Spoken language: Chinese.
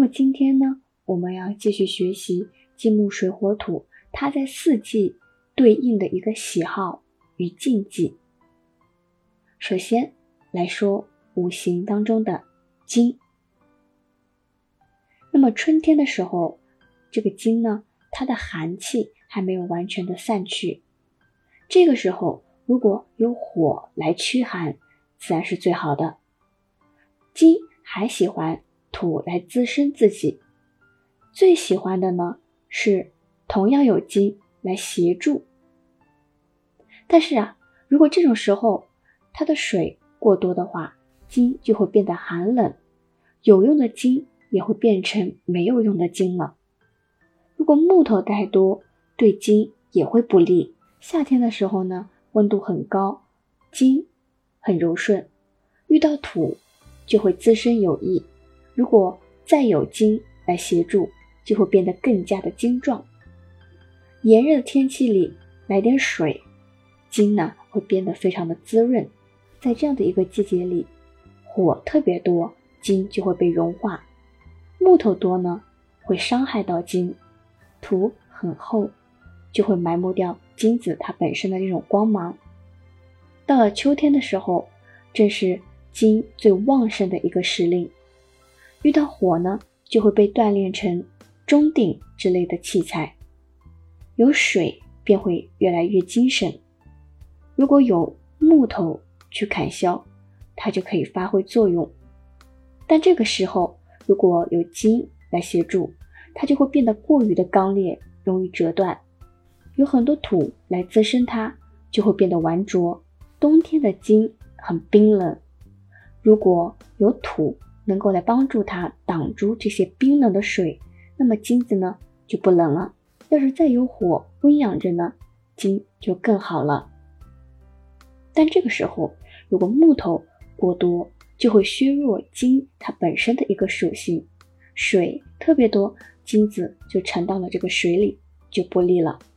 么今天呢，我们要继续学习金木水火土它在四季对应的一个喜好与禁忌。首先来说五行当中的金。那么春天的时候，这个金呢，它的寒气还没有完全的散去，这个时候如果有火来驱寒，自然是最好的。金还喜欢土来滋生自己，最喜欢的呢是同样有金来协助。但是如果这种时候它的水过多的话，金就会变得寒冷，有用的金也会变成没有用的金了。如果木头太多，对金也会不利。夏天的时候呢，温度很高，金很柔顺，遇到土就会滋生有益，如果再有金来协助，就会变得更加的精壮。炎热的天气里来点水，金呢会变得非常的滋润。在这样的一个季节里，火特别多，金就会被融化。木头多呢，会伤害到金。土很厚，就会埋没掉金子它本身的那种光芒。到了秋天的时候，正是金最旺盛的一个时令，遇到火呢，就会被锻炼成钟鼎之类的器材，有水便会越来越精神。如果有木头去砍削，它就可以发挥作用。但这个时候如果有金来协助，它就会变得过于的刚烈，容易折断。有很多土来滋生它，就会变得顽拙。冬天的金很冰冷，如果有土能够来帮助它挡住这些冰冷的水，那么金子呢就不冷了。要是再有火温养着呢，金就更好了。但这个时候如果木头过多，就会削弱金它本身的一个属性，水特别多，金子就沉到了这个水里，就不利了。